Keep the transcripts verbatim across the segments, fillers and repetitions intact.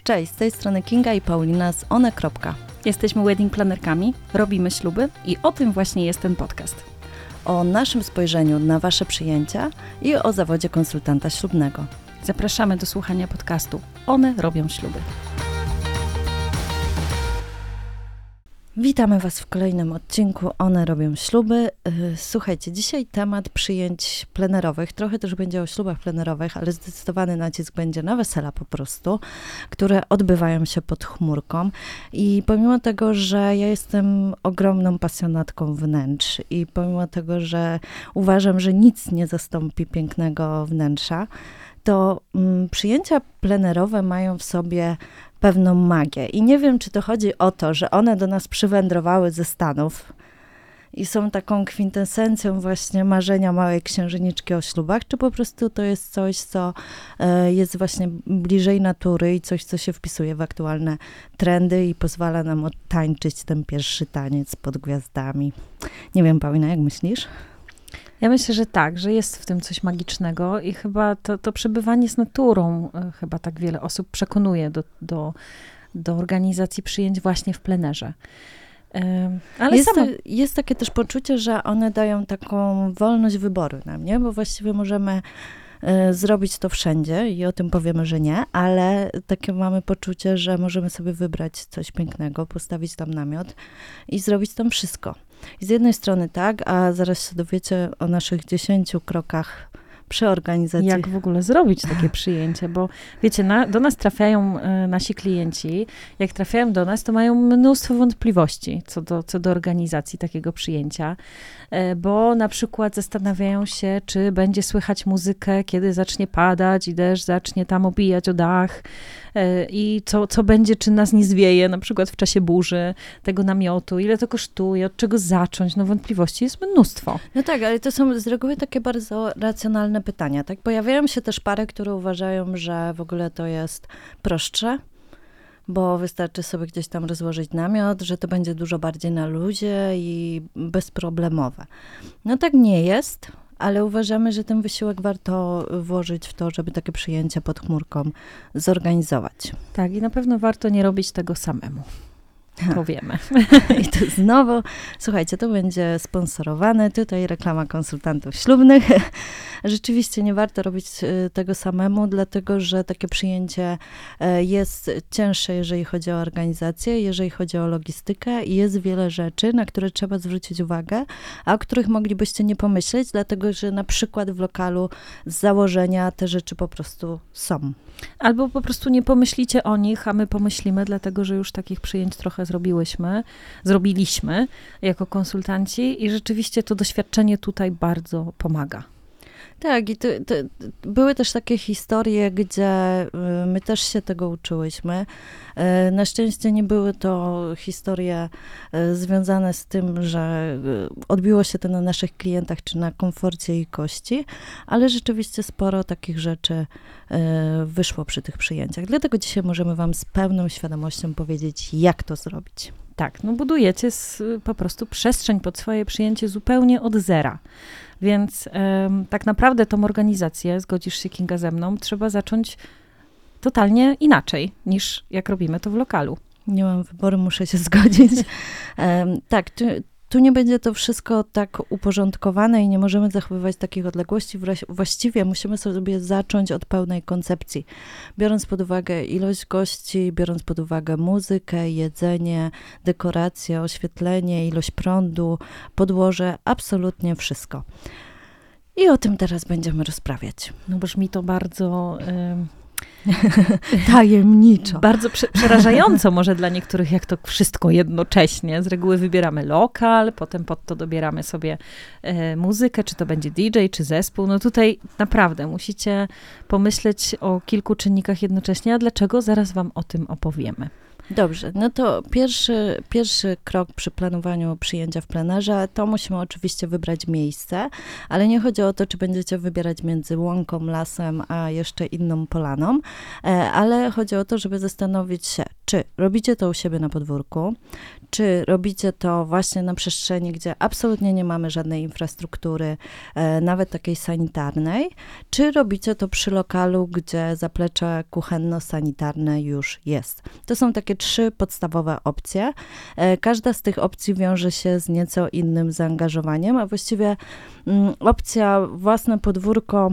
Cześć, z tej strony Kinga i Paulina z one. Jesteśmy wedding planerkami, robimy śluby i o tym właśnie jest ten podcast. O naszym spojrzeniu na Wasze przyjęcia i o zawodzie konsultanta ślubnego. Zapraszamy do słuchania podcastu One robią śluby. Witamy Was w kolejnym odcinku One robią śluby. Słuchajcie, dzisiaj temat przyjęć plenerowych. Trochę też będzie o ślubach plenerowych, ale zdecydowany nacisk będzie na wesela po prostu, które odbywają się pod chmurką. I pomimo tego, że ja jestem ogromną pasjonatką wnętrz i pomimo tego, że uważam, że nic nie zastąpi pięknego wnętrza, to mm, przyjęcia plenerowe mają w sobie pewną magię. I nie wiem, czy to chodzi o to, że one do nas przywędrowały ze Stanów i są taką kwintesencją właśnie marzenia małej księżniczki o ślubach, czy po prostu to jest coś, co e, jest właśnie bliżej natury i coś, co się wpisuje w aktualne trendy i pozwala nam odtańczyć ten pierwszy taniec pod gwiazdami. Nie wiem, Paulina, jak myślisz? Ja myślę, że tak, że jest w tym coś magicznego i chyba to, to przebywanie z naturą, chyba tak wiele osób przekonuje do, do, do organizacji przyjęć właśnie w plenerze. Ale jest, sama... jest takie też poczucie, że one dają taką wolność wyboru nam, nie? Bo właściwie możemy y, zrobić to wszędzie i o tym powiemy, że nie, ale takie mamy poczucie, że możemy sobie wybrać coś pięknego, postawić tam namiot i zrobić tam wszystko. I z jednej strony tak, a zaraz się dowiecie o naszych dziesięciu krokach przy organizacji. Jak w ogóle zrobić takie przyjęcie, bo wiecie, na, do nas trafiają e, nasi klienci, jak trafiają do nas, to mają mnóstwo wątpliwości co do, co do organizacji takiego przyjęcia, e, bo na przykład zastanawiają się, czy będzie słychać muzykę, kiedy zacznie padać i deszcz zacznie tam obijać o dach e, i co, co będzie, czy nas nie zwieje, na przykład w czasie burzy tego namiotu, ile to kosztuje, od czego zacząć, no wątpliwości jest mnóstwo. No tak, ale to są z reguły takie bardzo racjonalne pytania, tak? Pojawiają się też pary, które uważają, że w ogóle to jest prostsze, bo wystarczy sobie gdzieś tam rozłożyć namiot, że to będzie dużo bardziej na luzie i bezproblemowe. No tak nie jest, ale uważamy, że ten wysiłek warto włożyć w to, żeby takie przyjęcia pod chmurką zorganizować. Tak, i na pewno warto nie robić tego samemu. To wiemy. I to znowu, słuchajcie, to będzie sponsorowane, tutaj reklama konsultantów ślubnych. Rzeczywiście nie warto robić tego samemu, dlatego że takie przyjęcie jest cięższe, jeżeli chodzi o organizację, jeżeli chodzi o logistykę i jest wiele rzeczy, na które trzeba zwrócić uwagę, a o których moglibyście nie pomyśleć, dlatego że na przykład w lokalu z założenia te rzeczy po prostu są. Albo po prostu nie pomyślicie o nich, a my pomyślimy, dlatego że już takich przyjęć trochę zrobiłyśmy, zrobiliśmy jako konsultanci i rzeczywiście to doświadczenie tutaj bardzo pomaga. Tak, i to, to, były też takie historie, gdzie my też się tego uczyłyśmy. Na szczęście nie były to historie związane z tym, że odbiło się to na naszych klientach, czy na komforcie i kości, ale rzeczywiście sporo takich rzeczy wyszło przy tych przyjęciach. Dlatego dzisiaj możemy wam z pełną świadomością powiedzieć, jak to zrobić. Tak, no budujecie z, po prostu przestrzeń pod swoje przyjęcie zupełnie od zera. Więc ym, tak naprawdę tą organizację, zgodzisz się, Kinga, ze mną, trzeba zacząć totalnie inaczej, niż jak robimy to w lokalu. Nie mam wyboru, muszę się zgodzić. um, tak, tu, tu nie będzie to wszystko tak uporządkowane i nie możemy zachowywać takich odległości. Właściwie musimy sobie zacząć od pełnej koncepcji. Biorąc pod uwagę ilość gości, biorąc pod uwagę muzykę, jedzenie, dekoracje, oświetlenie, ilość prądu, podłoże, absolutnie wszystko. I o tym teraz będziemy rozprawiać. No brzmi to bardzo... Ym... tajemniczo. Bardzo prze- przerażająco może dla niektórych, jak to wszystko jednocześnie. Z reguły wybieramy lokal, potem pod to dobieramy sobie e, muzykę, czy to będzie D J, czy zespół. No tutaj naprawdę musicie pomyśleć o kilku czynnikach jednocześnie, a dlaczego? Zaraz wam o tym opowiemy. Dobrze, no to pierwszy, pierwszy krok przy planowaniu przyjęcia w plenerze, to musimy oczywiście wybrać miejsce, ale nie chodzi o to, czy będziecie wybierać między łąką, lasem, a jeszcze inną polaną, ale chodzi o to, żeby zastanowić się, czy robicie to u siebie na podwórku, czy robicie to właśnie na przestrzeni, gdzie absolutnie nie mamy żadnej infrastruktury, e, nawet takiej sanitarnej, czy robicie to przy lokalu, gdzie zaplecze kuchenno-sanitarne już jest. To są takie trzy podstawowe opcje. E, każda z tych opcji wiąże się z nieco innym zaangażowaniem, a właściwie mm, opcja własne podwórko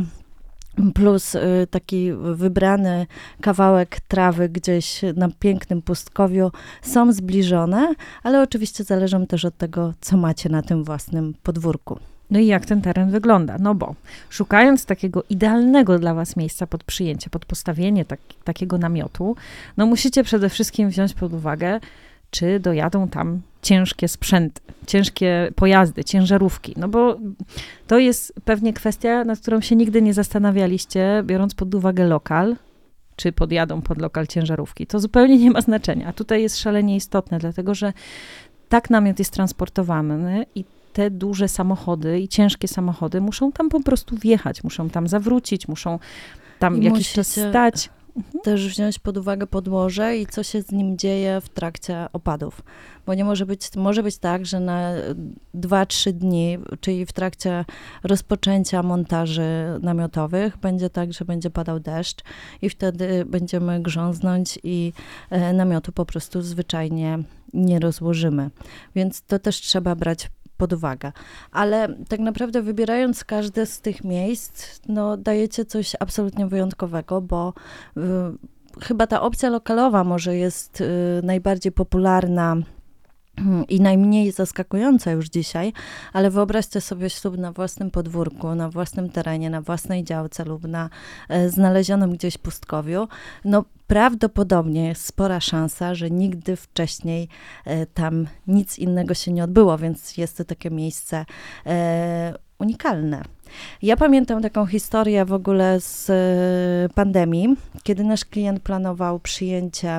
plus y, taki wybrany kawałek trawy gdzieś na pięknym pustkowiu są zbliżone, ale oczywiście zależą też od tego, co macie na tym własnym podwórku. No i jak ten teren wygląda? No bo szukając takiego idealnego dla was miejsca pod przyjęcie, pod postawienie tak, takiego namiotu, no musicie przede wszystkim wziąć pod uwagę, czy dojadą tam ciężkie sprzęty, ciężkie pojazdy, ciężarówki. No bo to jest pewnie kwestia, nad którą się nigdy nie zastanawialiście, biorąc pod uwagę lokal, czy podjadą pod lokal ciężarówki. To zupełnie nie ma znaczenia. A tutaj jest szalenie istotne, dlatego że tak namiot jest transportowany i te duże samochody i ciężkie samochody muszą tam po prostu wjechać, muszą tam zawrócić, muszą tam I jakiś czas stać. Też wziąć pod uwagę podłoże i co się z nim dzieje w trakcie opadów. Bo nie może być, może być tak, że na dwa trzy dni, czyli w trakcie rozpoczęcia montaży namiotowych, będzie tak, że będzie padał deszcz i wtedy będziemy grząznąć i e, namiotu po prostu zwyczajnie nie rozłożymy. Więc to też trzeba brać pod uwagę. Ale tak naprawdę wybierając każde z tych miejsc, no dajecie coś absolutnie wyjątkowego, bo y, chyba ta opcja lokalowa może jest y, najbardziej popularna i najmniej zaskakująca już dzisiaj, ale wyobraźcie sobie ślub na własnym podwórku, na własnym terenie, na własnej działce lub na e, znalezionym gdzieś pustkowiu. No prawdopodobnie jest spora szansa, że nigdy wcześniej e, tam nic innego się nie odbyło, więc jest to takie miejsce e, unikalne. Ja pamiętam taką historię w ogóle z e, pandemii, kiedy nasz klient planował przyjęcie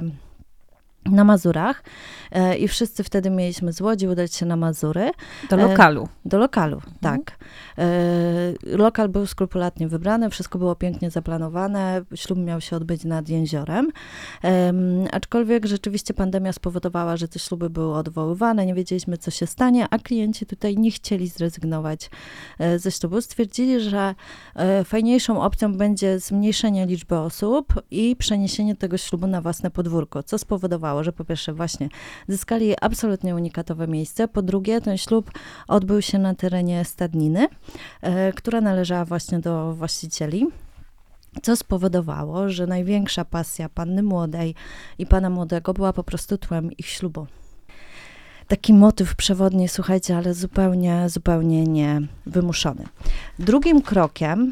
na Mazurach e, i wszyscy wtedy mieliśmy z Łodzi udać się na Mazury. Do lokalu. E, do lokalu, mhm. tak. E, lokal był skrupulatnie wybrany, wszystko było pięknie zaplanowane, ślub miał się odbyć nad jeziorem, e, aczkolwiek rzeczywiście pandemia spowodowała, że te śluby były odwoływane, nie wiedzieliśmy, co się stanie, a klienci tutaj nie chcieli zrezygnować e, ze ślubu. Stwierdzili, że e, fajniejszą opcją będzie zmniejszenie liczby osób i przeniesienie tego ślubu na własne podwórko, co spowodowało, że po pierwsze właśnie zyskali absolutnie unikatowe miejsce, po drugie ten ślub odbył się na terenie stadniny, e, która należała właśnie do właścicieli, co spowodowało, że największa pasja panny młodej i pana młodego była po prostu tłem ich ślubu. Taki motyw przewodni, słuchajcie, ale zupełnie, zupełnie nie wymuszony. Drugim krokiem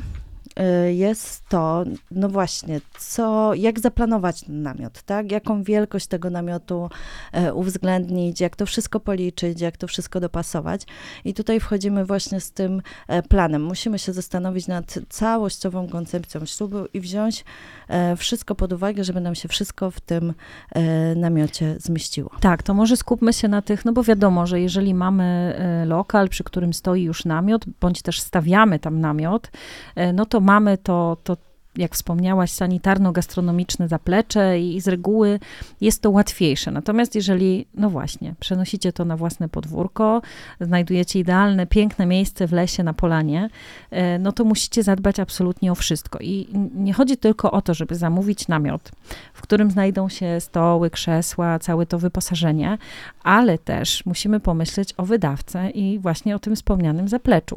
jest to, no właśnie, co, jak zaplanować ten namiot, tak? Jaką wielkość tego namiotu e, uwzględnić, jak to wszystko policzyć, jak to wszystko dopasować. I tutaj wchodzimy właśnie z tym e, planem. Musimy się zastanowić nad całościową koncepcją ślubu i wziąć e, wszystko pod uwagę, żeby nam się wszystko w tym e, namiocie zmieściło. Tak, to może skupmy się na tych, no bo wiadomo, że jeżeli mamy e, lokal, przy którym stoi już namiot, bądź też stawiamy tam namiot, e, no to mamy to, to, jak wspomniałaś, sanitarno-gastronomiczne zaplecze i, i z reguły jest to łatwiejsze. Natomiast jeżeli, no właśnie, przenosicie to na własne podwórko, znajdujecie idealne, piękne miejsce w lesie, na polanie, no to musicie zadbać absolutnie o wszystko. I nie chodzi tylko o to, żeby zamówić namiot, w którym znajdą się stoły, krzesła, całe to wyposażenie, ale też musimy pomyśleć o wydawcy i właśnie o tym wspomnianym zapleczu.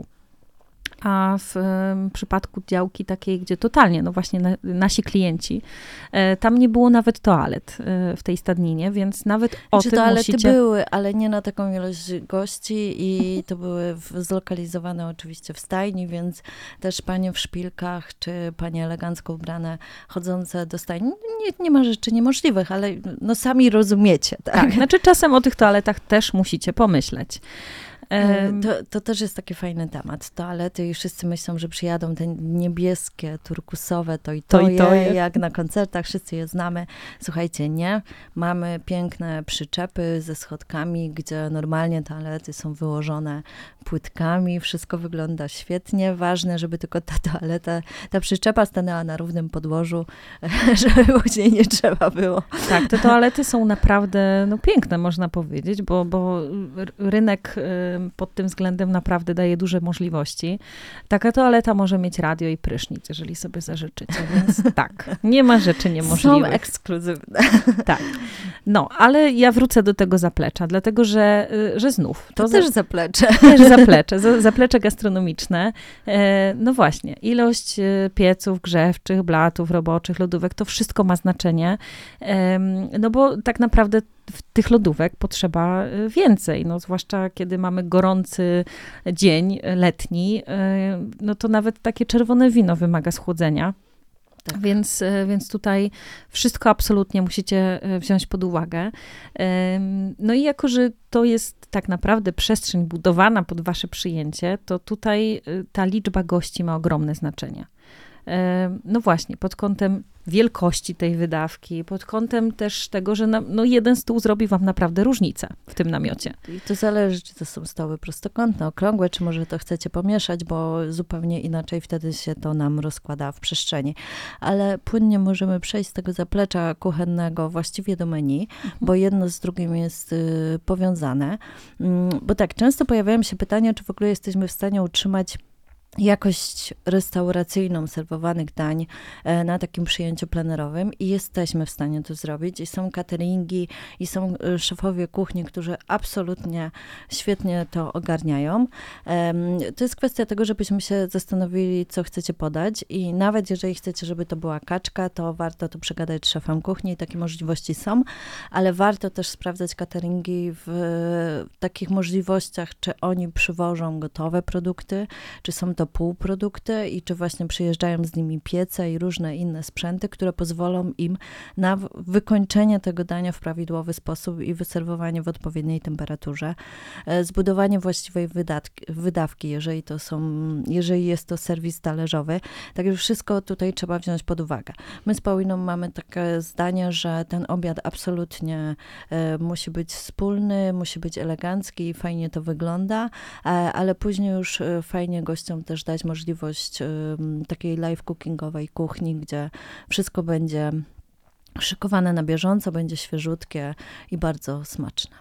A w y, przypadku działki takiej, gdzie totalnie, no właśnie na, nasi klienci, y, tam nie było nawet toalet y, w tej stadninie, więc nawet o Czy tym toalety musicie... były, ale nie na taką ilość gości i to były w, zlokalizowane oczywiście w stajni, więc też panie w szpilkach, czy panie elegancko ubrane, chodzące do stajni, nie, nie ma rzeczy niemożliwych, ale no sami rozumiecie, tak? Tak, znaczy czasem o tych toaletach też musicie pomyśleć. Em, To, to też jest taki fajny temat. Toalety i wszyscy myślą, że przyjadą te niebieskie, turkusowe, to i to, To i to je, je. jak na koncertach, wszyscy je znamy. Słuchajcie, nie. Mamy piękne przyczepy ze schodkami, gdzie normalnie toalety są wyłożone płytkami, wszystko wygląda świetnie. Ważne, żeby tylko ta toaleta, ta przyczepa stanęła na równym podłożu, żeby później nie trzeba było. Tak, te toalety są naprawdę no, piękne, można powiedzieć, bo, bo r- rynek y, pod tym względem naprawdę daje duże możliwości. Taka toaleta może mieć radio i prysznic, jeżeli sobie zażyczycie, więc tak, nie ma rzeczy Są niemożliwych. ekskluzywne. Tak. No, ale ja wrócę do tego zaplecza, dlatego że, y, że znów. To, za- też zaplecze. Też zaplecze, za- zaplecze gastronomiczne. E, No właśnie, ilość e, pieców grzewczych, blatów roboczych, lodówek, to wszystko ma znaczenie, Em, no bo tak naprawdę w tych lodówek potrzeba e, więcej, no zwłaszcza kiedy mamy gorący dzień e, letni, e, no to nawet takie czerwone wino wymaga schłodzenia. Tak. Więc, e, więc tutaj wszystko absolutnie musicie e, wziąć pod uwagę. Em, No i jako, że to jest tak naprawdę przestrzeń budowana pod wasze przyjęcie, to tutaj e, ta liczba gości ma ogromne znaczenie. Em, No właśnie, pod kątem wielkości tej wydawki, pod kątem też tego, że na, no jeden stół zrobi wam naprawdę różnicę w tym namiocie. I to zależy, czy to są stoły prostokątne, okrągłe, czy może to chcecie pomieszać, bo zupełnie inaczej wtedy się to nam rozkłada w przestrzeni. Ale płynnie możemy przejść z tego zaplecza kuchennego właściwie do menu, bo jedno z drugim jest y, powiązane. Mm, bo tak, często pojawiają się pytania, czy w ogóle jesteśmy w stanie utrzymać jakość restauracyjną serwowanych dań e, na takim przyjęciu plenerowym i jesteśmy w stanie to zrobić. I są cateringi, i są e, szefowie kuchni, którzy absolutnie świetnie to ogarniają. Em, To jest kwestia tego, żebyśmy się zastanowili, co chcecie podać i nawet jeżeli chcecie, żeby to była kaczka, to warto to przegadać z szefem kuchni, takie możliwości są, ale warto też sprawdzać cateringi w e, takich możliwościach, czy oni przywożą gotowe produkty, czy są to półprodukty i czy właśnie przyjeżdżają z nimi piece i różne inne sprzęty, które pozwolą im na w- wykończenie tego dania w prawidłowy sposób i wyserwowanie w odpowiedniej temperaturze. E, Zbudowanie właściwej wydatki, wydawki, jeżeli to są, jeżeli jest to serwis talerzowy. Także wszystko tutaj trzeba wziąć pod uwagę. My z Pauliną mamy takie zdanie, że ten obiad absolutnie e, musi być wspólny, musi być elegancki i fajnie to wygląda, e, ale później już e, fajnie gościom też dać możliwość ym, takiej live cookingowej kuchni, gdzie wszystko będzie szykowane na bieżąco, będzie świeżutkie i bardzo smaczne.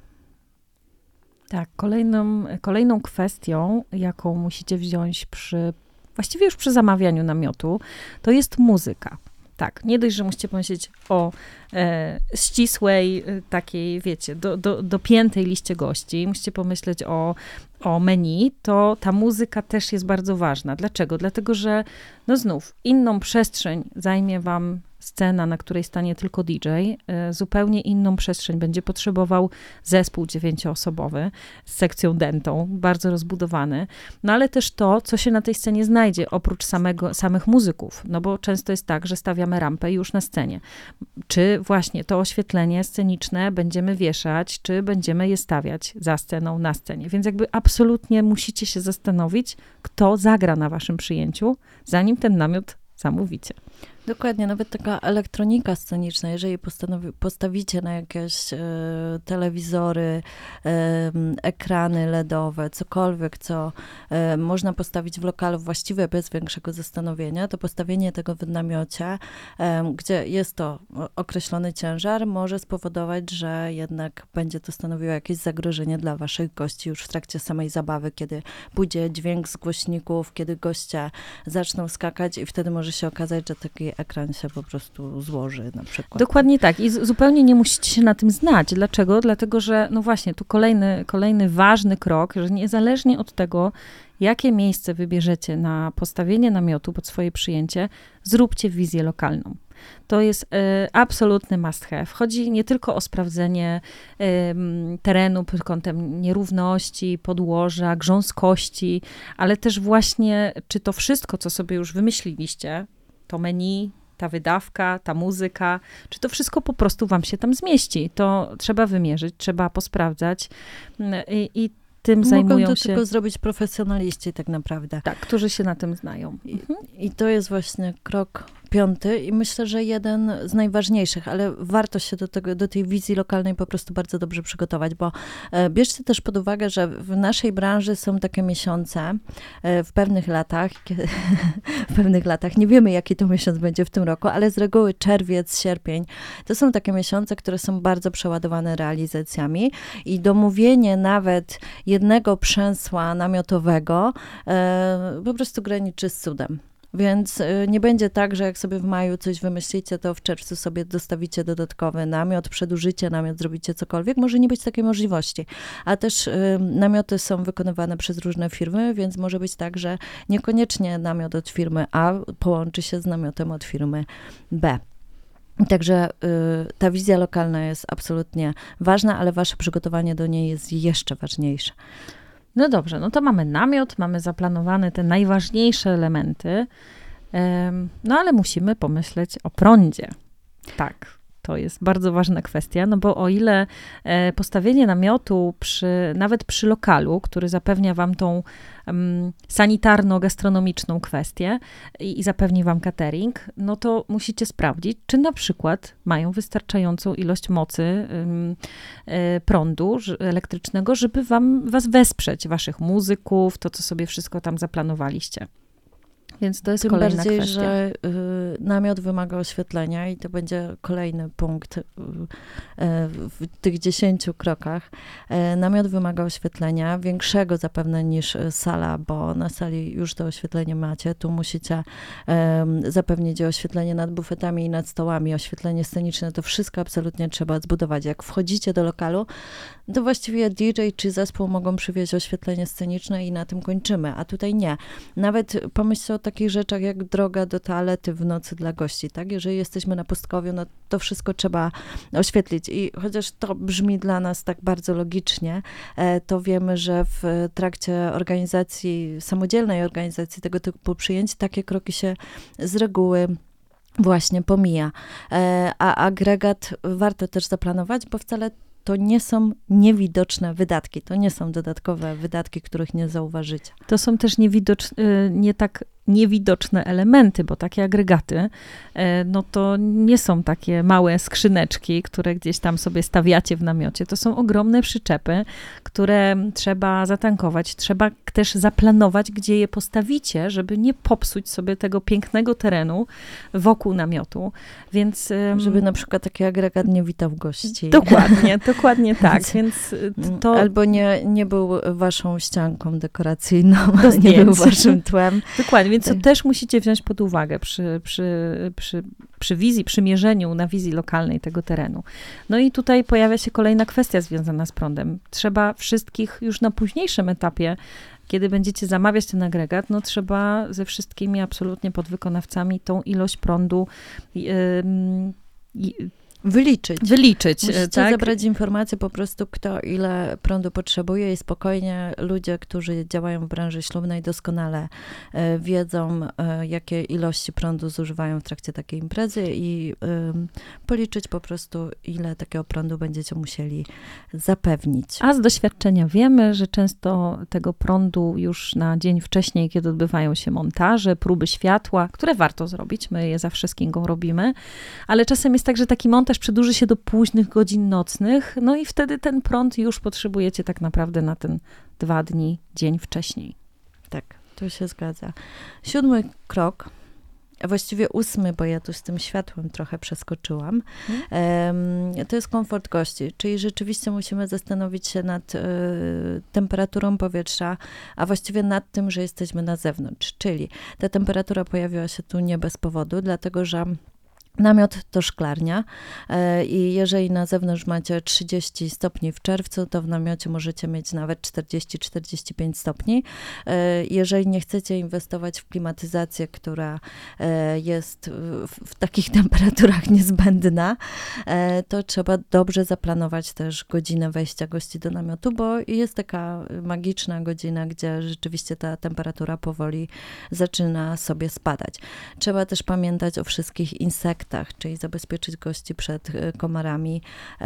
Tak, kolejną, kolejną kwestią, jaką musicie wziąć przy, właściwie już przy zamawianiu namiotu, to jest muzyka. Tak, nie dość, że musicie pomyśleć o e, ścisłej, e, takiej, wiecie, do, do, dopiętej liście gości, musicie pomyśleć o, o menu, to ta muzyka też jest bardzo ważna. Dlaczego? Dlatego, że no znów inną przestrzeń zajmie wam scena, na której stanie tylko D J, e, zupełnie inną przestrzeń będzie potrzebował zespół dziewięcioosobowy z sekcją dentą, bardzo rozbudowany, no ale też to, co się na tej scenie znajdzie, oprócz samego, samych muzyków, no bo często jest tak, że stawiamy rampę już na scenie. Czy właśnie to oświetlenie sceniczne będziemy wieszać, czy będziemy je stawiać za sceną, na scenie. Więc jakby absolutnie musicie się zastanowić, kto zagra na waszym przyjęciu, zanim ten namiot zamówicie. Dokładnie, nawet taka elektronika sceniczna, jeżeli postanowi, postawicie na jakieś e, telewizory, e, ekrany ledowe, cokolwiek, co e, można postawić w lokalu właściwie bez większego zastanowienia, to postawienie tego w namiocie, e, gdzie jest to określony ciężar, może spowodować, że jednak będzie to stanowiło jakieś zagrożenie dla waszych gości już w trakcie samej zabawy, kiedy pójdzie dźwięk z głośników, kiedy goście zaczną skakać i wtedy może się okazać, że taki ekran się po prostu złoży na przykład. Dokładnie tak. I z, zupełnie nie musicie się na tym znać. Dlaczego? Dlatego, że no właśnie, tu kolejny, kolejny ważny krok, że niezależnie od tego, jakie miejsce wybierzecie na postawienie namiotu pod swoje przyjęcie, zróbcie wizję lokalną. To jest y, absolutny must have. Chodzi nie tylko o sprawdzenie y, terenu pod kątem nierówności, podłoża, grząskości, ale też właśnie, czy to wszystko, co sobie już wymyśliliście, to menu, ta wydawka, ta muzyka, czy to wszystko po prostu wam się tam zmieści. To trzeba wymierzyć, trzeba posprawdzać i, i tym Mogą zajmują to się... tylko zrobić profesjonaliści tak naprawdę. Tak, którzy się na tym znają. I, I to jest właśnie krok piąty i myślę, że jeden z najważniejszych, ale warto się do tego, do tej wizji lokalnej po prostu bardzo dobrze przygotować, bo e, bierzcie też pod uwagę, że w naszej branży są takie miesiące e, w pewnych latach, kiedy, w pewnych latach, nie wiemy jaki to miesiąc będzie w tym roku, ale z reguły czerwiec, sierpień, to są takie miesiące, które są bardzo przeładowane realizacjami i domówienie nawet jednego przęsła namiotowego e, po prostu graniczy z cudem. Więc nie będzie tak, że jak sobie w maju coś wymyślicie, to w czerwcu sobie dostawicie dodatkowy namiot, przedłużycie namiot, zrobicie cokolwiek. Może nie być takiej możliwości. A też y, namioty są wykonywane przez różne firmy, więc może być tak, że niekoniecznie namiot od firmy A połączy się z namiotem od firmy B. Także y, ta wizja lokalna jest absolutnie ważna, ale wasze przygotowanie do niej jest jeszcze ważniejsze. No dobrze, no to mamy namiot, mamy zaplanowane te najważniejsze elementy, ym, no ale musimy pomyśleć o prądzie. Tak, to jest bardzo ważna kwestia, no bo o ile e, postawienie namiotu przy, nawet przy lokalu, który zapewnia wam tą um, sanitarno-gastronomiczną kwestię i, i zapewni wam catering, no to musicie sprawdzić, czy na przykład mają wystarczającą ilość mocy um, e, prądu ż, elektrycznego, żeby wam, was wesprzeć, waszych muzyków, to co sobie wszystko tam zaplanowaliście. Więc to jest Tym kolejna bardziej, kwestia. że y, namiot wymaga oświetlenia i to będzie kolejny punkt y, y, w tych dziesięciu krokach. Y, namiot wymaga oświetlenia, większego zapewne niż sala, bo na sali już to oświetlenie macie. Tu musicie y, zapewnić oświetlenie nad bufetami i nad stołami, oświetlenie sceniczne. To wszystko absolutnie trzeba zbudować. Jak wchodzicie do lokalu, to właściwie D J czy zespół mogą przywieźć oświetlenie sceniczne i na tym kończymy, a tutaj nie. Nawet pomyślcie o takich rzeczach jak droga do toalety w nocy dla gości, tak? Jeżeli jesteśmy na pustkowiu, no to wszystko trzeba oświetlić i chociaż to brzmi dla nas tak bardzo logicznie, to wiemy, że w trakcie organizacji, samodzielnej organizacji tego typu przyjęć, takie kroki się z reguły właśnie pomija. A agregat warto też zaplanować, bo wcale to nie są niewidoczne wydatki, to nie są dodatkowe wydatki, których nie zauważycie. To są też niewidoczne, nie tak niewidoczne elementy, bo takie agregaty, no to nie są takie małe skrzyneczki, które gdzieś tam sobie stawiacie w namiocie. To są ogromne przyczepy, które trzeba zatankować, trzeba też zaplanować, gdzie je postawicie, żeby nie popsuć sobie tego pięknego terenu wokół namiotu, więc... Żeby na przykład taki agregat nie witał gości. Dokładnie, dokładnie tak, więc to... Albo nie, nie był waszą ścianką dekoracyjną, do nie był waszym tłem. Dokładnie, więc to też musicie wziąć pod uwagę przy, przy, przy, przy wizji, przy mierzeniu na wizji lokalnej tego terenu. No i tutaj pojawia się kolejna kwestia związana z prądem. Trzeba wszystkich już na późniejszym etapie, kiedy będziecie zamawiać ten agregat, no trzeba ze wszystkimi absolutnie podwykonawcami tą ilość prądu yy, yy, Wyliczyć. Wyliczyć, Musicie tak? zebrać informacje po prostu, kto ile prądu potrzebuje i spokojnie ludzie, którzy działają w branży ślubnej doskonale e, wiedzą, e, jakie ilości prądu zużywają w trakcie takiej imprezy i e, policzyć po prostu, ile takiego prądu będziecie musieli zapewnić. A z doświadczenia wiemy, że często tego prądu już na dzień wcześniej, kiedy odbywają się montaże, próby światła, które warto zrobić, my je zawsze z Kingą robimy, ale czasem jest tak, że taki montaż przedłuży się do późnych godzin nocnych, no i wtedy ten prąd już potrzebujecie tak naprawdę na ten dwa dni, dzień wcześniej. Tak, to się zgadza. Siódmy krok, a właściwie ósmy, bo ja tu z tym światłem trochę przeskoczyłam, hmm. to jest komfort gości, czyli rzeczywiście musimy zastanowić się nad y, temperaturą powietrza, a właściwie nad tym, że jesteśmy na zewnątrz, czyli ta temperatura pojawiła się tu nie bez powodu, dlatego że namiot to szklarnia i jeżeli na zewnątrz macie trzydzieści stopni w czerwcu, to w namiocie możecie mieć nawet czterdzieści do czterdziestu pięciu stopni. Jeżeli nie chcecie inwestować w klimatyzację, która jest w takich temperaturach niezbędna, to trzeba dobrze zaplanować też godzinę wejścia gości do namiotu, bo jest taka magiczna godzina, gdzie rzeczywiście ta temperatura powoli zaczyna sobie spadać. Trzeba też pamiętać o wszystkich insektach, traktach, czyli zabezpieczyć gości przed komarami,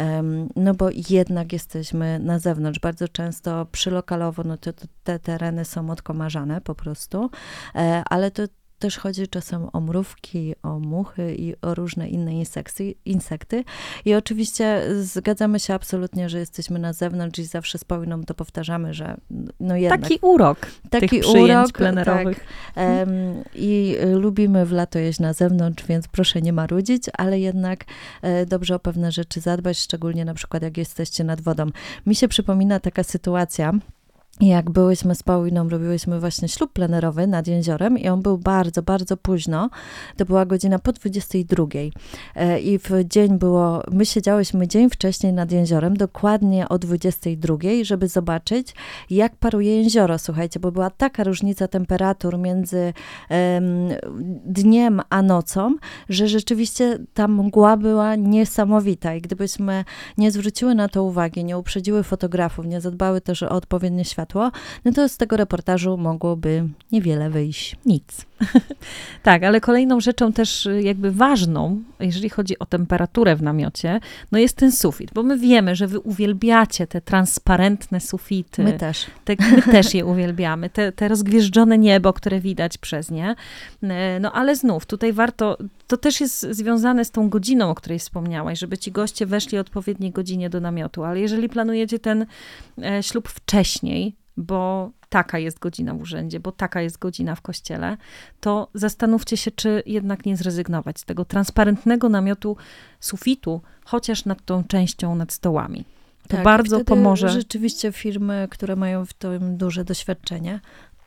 no bo jednak jesteśmy na zewnątrz. Bardzo często przylokalowo, no to, to te tereny są odkomarzane po prostu, ale to też chodzi czasem o mrówki, o muchy i o różne inne insekty, insekty. I oczywiście zgadzamy się absolutnie, że jesteśmy na zewnątrz i zawsze z Pauliną to powtarzamy, że no jednak... Taki urok taki tych przyjęć urok, plenerowych. Tak. Um, I lubimy w lato jeść na zewnątrz, więc proszę nie marudzić, ale jednak e, dobrze o pewne rzeczy zadbać, szczególnie na przykład jak jesteście nad wodą. Mi się przypomina taka sytuacja, jak byłyśmy z Pauliną, robiłyśmy właśnie ślub plenerowy nad jeziorem i on był bardzo, bardzo późno. To była godzina po dwudziestej drugiej. I w dzień było, my siedziałyśmy dzień wcześniej nad jeziorem, dokładnie o dwudziestej drugiej, żeby zobaczyć, jak paruje jezioro, słuchajcie, bo była taka różnica temperatur między um, dniem a nocą, że rzeczywiście ta mgła była niesamowita i gdybyśmy nie zwróciły na to uwagi, nie uprzedziły fotografów, nie zadbały też o odpowiednie światło, no to z tego reportażu mogłoby niewiele wyjść. Nic. Tak, ale kolejną rzeczą też jakby ważną, jeżeli chodzi o temperaturę w namiocie, no jest ten sufit, bo my wiemy, że wy uwielbiacie te transparentne sufity. My też. Te, my też je uwielbiamy. Te, te rozgwieżdżone niebo, które widać przez nie. No ale znów, tutaj warto, to też jest związane z tą godziną, o której wspomniałaś, żeby ci goście weszli o odpowiedniej godzinie do namiotu, ale jeżeli planujecie ten ślub wcześniej, bo taka jest godzina w urzędzie, bo taka jest godzina w kościele, to zastanówcie się, czy jednak nie zrezygnować z tego transparentnego namiotu sufitu, chociaż nad tą częścią, nad stołami. To tak, bardzo pomoże. Rzeczywiście firmy, które mają w tym duże doświadczenie,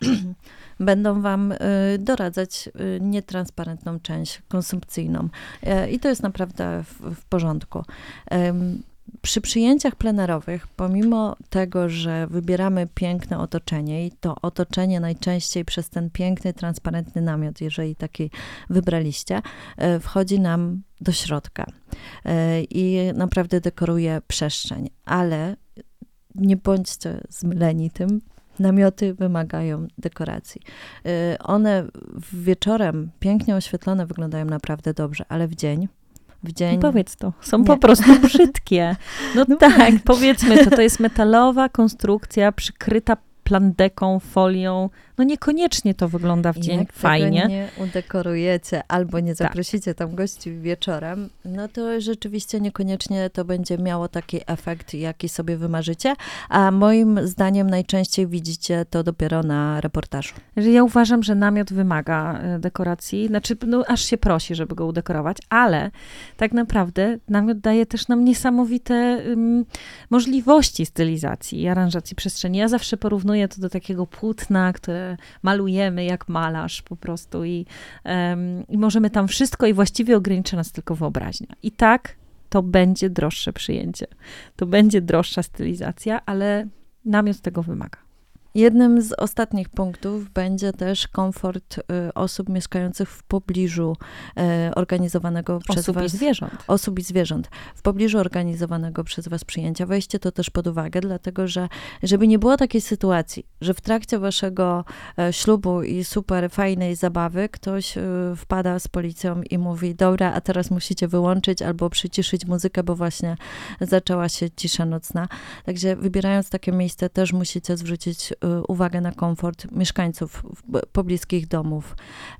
będą wam y, doradzać y, nietransparentną część konsumpcyjną. Y, I to jest naprawdę w, w porządku. Y, Przy przyjęciach plenerowych, pomimo tego, że wybieramy piękne otoczenie i to otoczenie najczęściej przez ten piękny, transparentny namiot, jeżeli taki wybraliście, wchodzi nam do środka i naprawdę dekoruje przestrzeń. Ale nie bądźcie zmyleni tym, namioty wymagają dekoracji. One wieczorem pięknie oświetlone wyglądają naprawdę dobrze, ale w dzień W dzień. Powiedz to, są Nie. po prostu brzydkie. No, no tak, powiedzmy to, to jest metalowa konstrukcja przykryta plandeką, folią. No niekoniecznie to wygląda w dzień jak fajnie. Jak nie udekorujecie albo nie zaprosicie tak. tam gości wieczorem, no to rzeczywiście niekoniecznie to będzie miało taki efekt, jaki sobie wymarzycie, a moim zdaniem najczęściej widzicie to dopiero na reportażu. Ja uważam, że namiot wymaga dekoracji, znaczy no, aż się prosi, żeby go udekorować, ale tak naprawdę namiot daje też nam niesamowite um, możliwości stylizacji i aranżacji przestrzeni. Ja zawsze porównuję to do takiego płótna, które malujemy jak malarz po prostu i, um, i możemy tam wszystko i właściwie ogranicza nas tylko wyobraźnia. I tak to będzie droższe przyjęcie. To będzie droższa stylizacja, ale namiot tego wymaga. Jednym z ostatnich punktów będzie też komfort y, osób mieszkających w pobliżu y, organizowanego przez osób was... i zwierząt. Osób i zwierząt. W pobliżu organizowanego przez was przyjęcia. Weźcie to też pod uwagę, dlatego że żeby nie było takiej sytuacji, że w trakcie waszego e, ślubu i super fajnej zabawy ktoś y, wpada z policją i mówi, dobra, a teraz musicie wyłączyć albo przyciszyć muzykę, bo właśnie zaczęła się cisza nocna. Także wybierając takie miejsce też musicie zwrócić uwagę na komfort mieszkańców pobliskich domów.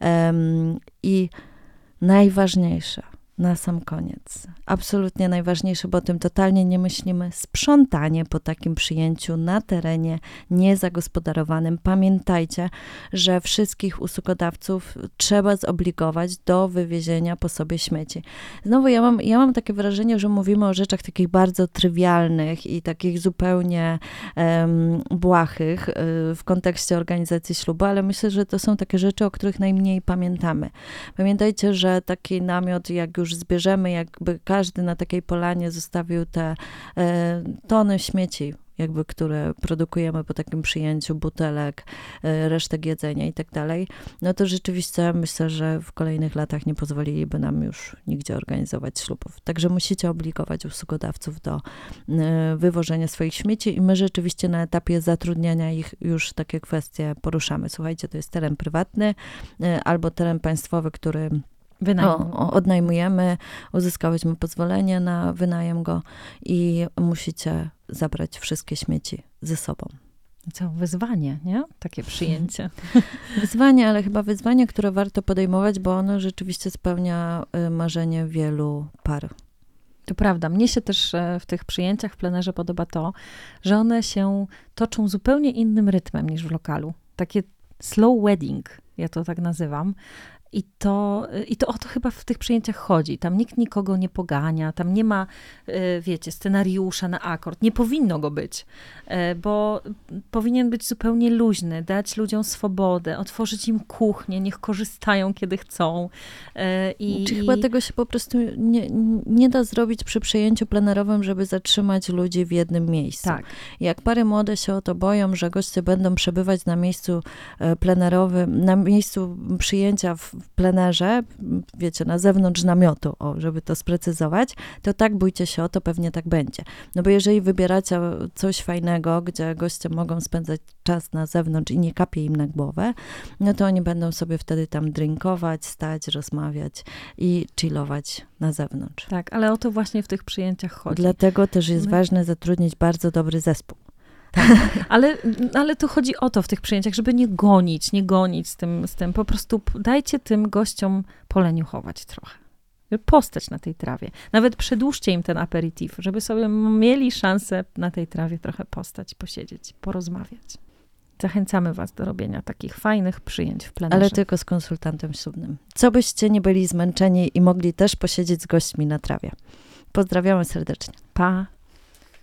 Um, I najważniejsze, na sam koniec, absolutnie najważniejsze, bo o tym totalnie nie myślimy, sprzątanie po takim przyjęciu na terenie niezagospodarowanym. Pamiętajcie, że wszystkich usługodawców trzeba zobligować do wywiezienia po sobie śmieci. Znowu ja mam, ja mam takie wrażenie, że mówimy o rzeczach takich bardzo trywialnych i takich zupełnie um, błahych y, w kontekście organizacji ślubu, ale myślę, że to są takie rzeczy, o których najmniej pamiętamy. Pamiętajcie, że taki namiot, jak już zbierzemy, jakby każdy na takiej polanie zostawił te e, tony śmieci, jakby, które produkujemy po takim przyjęciu, butelek, e, resztek jedzenia i tak dalej, no to rzeczywiście myślę, że w kolejnych latach nie pozwoliliby nam już nigdzie organizować ślubów. Także musicie obligować usługodawców do e, wywożenia swoich śmieci i my rzeczywiście na etapie zatrudniania ich już takie kwestie poruszamy. Słuchajcie, to jest teren prywatny e, albo teren państwowy, który Wynajmu. O, odnajmujemy, uzyskałyśmy pozwolenie na wynajem go i musicie zabrać wszystkie śmieci ze sobą. Co, wyzwanie, nie? Takie przyjęcie. Wyzwanie, ale chyba wyzwanie, które warto podejmować, bo ono rzeczywiście spełnia marzenie wielu par. To prawda. Mnie się też w tych przyjęciach w plenerze podoba to, że one się toczą zupełnie innym rytmem niż w lokalu. Takie slow wedding, ja to tak nazywam. I to, I to o to chyba w tych przyjęciach chodzi. Tam nikt nikogo nie pogania, tam nie ma, wiecie, scenariusza na akord. Nie powinno go być, bo powinien być zupełnie luźny, dać ludziom swobodę, otworzyć im kuchnię, niech korzystają, kiedy chcą. I, Czy chyba tego się po prostu nie, nie da zrobić przy przyjęciu plenerowym, żeby zatrzymać ludzi w jednym miejscu. Tak. Jak pary młode się o to boją, że goście będą przebywać na miejscu plenerowym, na miejscu przyjęcia w w plenerze, wiecie, na zewnątrz namiotu, o, żeby to sprecyzować, to tak bójcie się o to, pewnie tak będzie. No bo jeżeli wybieracie coś fajnego, gdzie goście mogą spędzać czas na zewnątrz i nie kapie im na głowę, no to oni będą sobie wtedy tam drinkować, stać, rozmawiać i chillować na zewnątrz. Tak, ale o to właśnie w tych przyjęciach chodzi. Dlatego też jest My... ważne zatrudnić bardzo dobry zespół. Tak, ale, ale tu chodzi o to w tych przyjęciach, żeby nie gonić, nie gonić z tym, z tym. Po prostu dajcie tym gościom poleniuchować trochę. Postać na tej trawie. Nawet przedłużcie im ten aperitif, żeby sobie mieli szansę na tej trawie trochę postać, posiedzieć, porozmawiać. Zachęcamy was do robienia takich fajnych przyjęć w plenerze. Ale tylko z konsultantem ślubnym. Co byście nie byli zmęczeni i mogli też posiedzieć z gośćmi na trawie. Pozdrawiamy serdecznie. Pa!